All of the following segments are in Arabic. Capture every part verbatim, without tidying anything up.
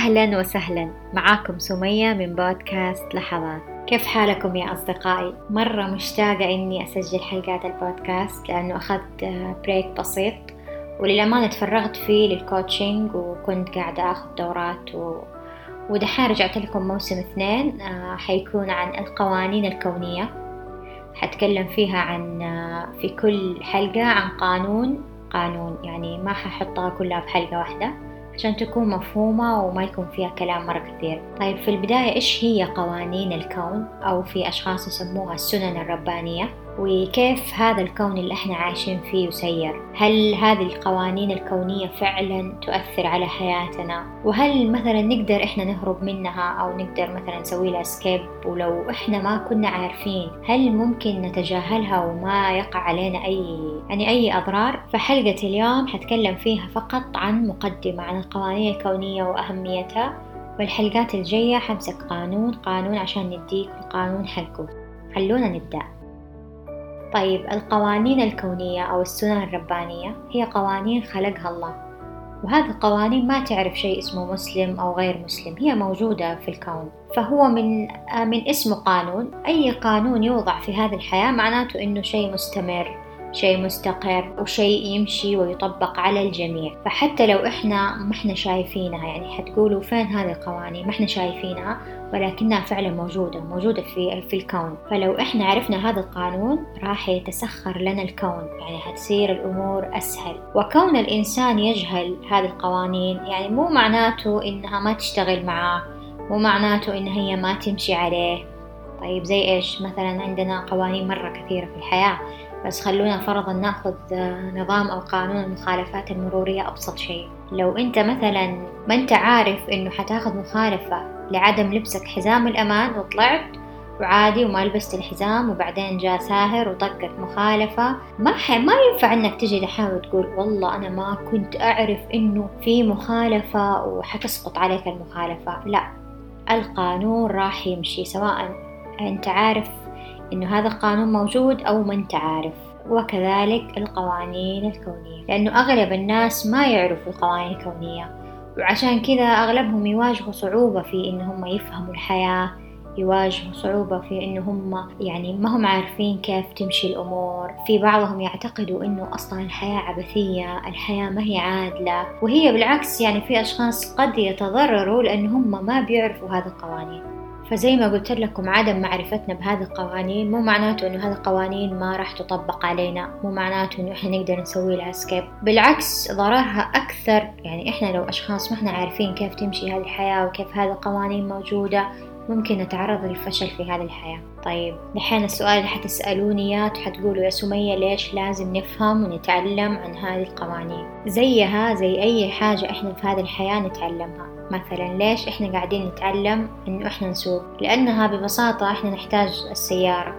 أهلا وسهلا، معاكم سمية من بودكاست لحظات. كيف حالكم يا أصدقائي؟ مرة مشتاقة إني أسجل حلقات البودكاست لأنه أخذت بريك بسيط، وللأمانة تفرغت فيه للكوتشنج وكنت قاعدة أخذ دورات و... ودحين رجعت لكم موسم اثنين حيكون عن القوانين الكونية. حتكلم فيها عن في كل حلقة عن قانون قانون يعني ما ححطها كلها في حلقة واحدة عشان تكون مفهومة وما يكون فيها كلام مرة كثير. طيب في البداية إيش هي قوانين الكون، أو في أشخاص يسموها السنن الربانية، وكيف هذا الكون اللي احنا عايشين فيه يسير؟ هل هذه القوانين الكونية فعلا تؤثر على حياتنا؟ وهل مثلا نقدر احنا نهرب منها أو نقدر مثلا نسوي لها سكيب؟ ولو احنا ما كنا عارفين هل ممكن نتجاهلها وما يقع علينا أي يعني أي أضرار؟ فحلقة اليوم حتكلم فيها فقط عن مقدمة عن القوانين الكونية وأهميتها، والحلقات الجاية حمسك قانون قانون عشان نديك القانون حقه. خلونا نبدأ. طيب القوانين الكونية أو السنن الربانية هي قوانين خلقها الله، وهذه القوانين ما تعرف شيء اسمه مسلم أو غير مسلم، هي موجودة في الكون. فهو من من اسمه قانون، أي قانون يوضع في هذه الحياة معناته إنه شيء مستمر، شيء مستقر، وشيء يمشي ويطبق على الجميع. فحتى لو إحنا ما إحنا شايفينها، يعني حتقولوا فين هذه القوانين؟ ما إحنا شايفينها ولكنها فعلا موجودة موجودة في في الكون. فلو إحنا عرفنا هذا القانون راح يتسخر لنا الكون، يعني حتصير الأمور أسهل. وكون الإنسان يجهل هذه القوانين يعني مو معناته إنها ما تشتغل معاه، مو معناته إن هي ما تمشي عليه. طيب زي إيش؟ مثلا عندنا قوانين مرة كثيرة في الحياة، بس خلونا فرضا نأخذ نظام أو قانون المخالفات المرورية. أبسط شيء، لو أنت مثلا ما أنت عارف إنه حتاخذ مخالفة لعدم لبسك حزام الأمان وطلعت وعادي وما لبست الحزام، وبعدين جاء ساهر وطقت مخالفة، ما ح... ما ينفع إنك تجي دحين وتقول والله أنا ما كنت أعرف إنه في مخالفة وحتسقط عليك المخالفة. لا، القانون راح يمشي سواء أنت عارف إنه هذا القانون موجود أو ما أنت عارف. وكذلك القوانين الكونية، لأنه أغلب الناس ما يعرفوا القوانين الكونية، وعشان كذا أغلبهم يواجهوا صعوبة في إنهم يفهموا الحياة، يواجهوا صعوبة في إنهم يعني ما هم عارفين كيف تمشي الأمور. في بعضهم يعتقدوا إنه أصلا الحياة عبثية، الحياة ما هي عادلة، وهي بالعكس. يعني في أشخاص قد يتضرروا لأنهم ما بيعرفوا هذه القوانين. فزي ما قلت لكم، عدم معرفتنا بهذه القوانين مو معناته إنه هذه القوانين ما راح تطبق علينا، مو معناته إنه إحنا نقدر نسوي لها سكيب. بالعكس ضررها أكثر. يعني إحنا لو أشخاص ما إحنا عارفين كيف تمشي هذه الحياة وكيف هذه القوانين موجودة، ممكن نتعرض للفشل في هذه الحياة. طيب دحين السؤال اللي حتسألوني إياه حتقولوا يا سمية ليش لازم نفهم ونتعلم عن هذه القوانين؟ زيها زي أي حاجة إحنا في هذه الحياة نتعلمها. مثلا ليش إحنا قاعدين نتعلم إنه إحنا نسوق؟ لأنها ببساطة إحنا نحتاج السيارة،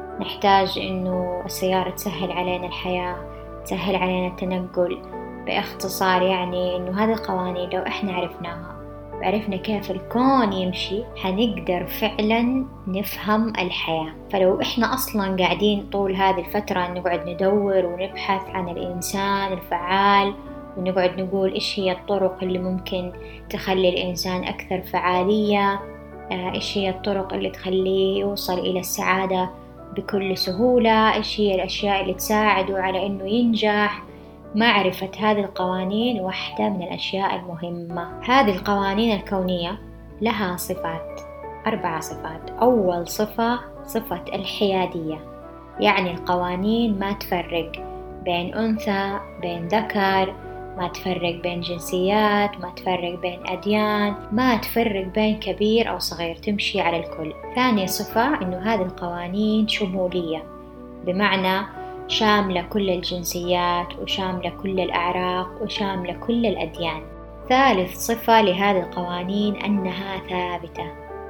نحتاج إنه السيارة تسهل علينا الحياة، تسهل علينا التنقل. باختصار يعني إنه هذه القوانين لو إحنا عرفناها وعرفنا كيف الكون يمشي حنقدر فعلا نفهم الحياة. فلو إحنا أصلا قاعدين طول هذه الفترة نقعد ندور ونبحث عن الإنسان الفعال، ونقعد نقول إيش هي الطرق اللي ممكن تخلي الإنسان أكثر فعالية، إيش هي الطرق اللي تخليه يوصل إلى السعادة بكل سهولة، إيش هي الأشياء اللي تساعده على إنه ينجح، معرفة هذه القوانين واحدة من الأشياء المهمة. هذه القوانين الكونية لها صفات، أربع صفات. أول صفة صفة الحيادية، يعني القوانين ما تفرق بين أنثى بين ذكر، ما تفرق بين جنسيات، ما تفرق بين أديان، ما تفرق بين كبير أو صغير، تمشي على الكل. ثاني صفة إنه هذه القوانين شمولية، بمعنى شاملة كل الجنسيات وشاملة كل الأعراق وشاملة كل الأديان. ثالث صفة لهذه القوانين أنها ثابتة،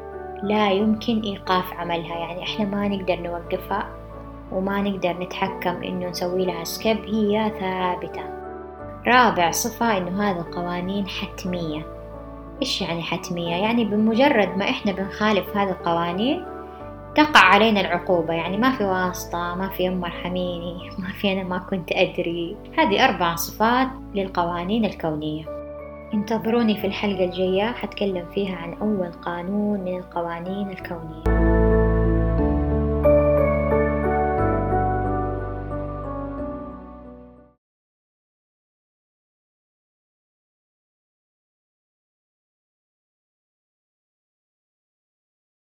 لا يمكن إيقاف عملها، يعني إحنا ما نقدر نوقفها وما نقدر نتحكم إنه نسوي لها سكيب، هي ثابتة. رابع صفة إنه هذه القوانين حتمية. إيش يعني حتمية؟ يعني بمجرد ما إحنا بنخالف هذه القوانين تقع علينا العقوبة، يعني ما في واسطة، ما في يما ارحميني، ما في أنا ما كنت أدري. هذه أربع صفات للقوانين الكونية. انتظروني في الحلقة الجاية، حتكلم فيها عن أول قانون من القوانين الكونية.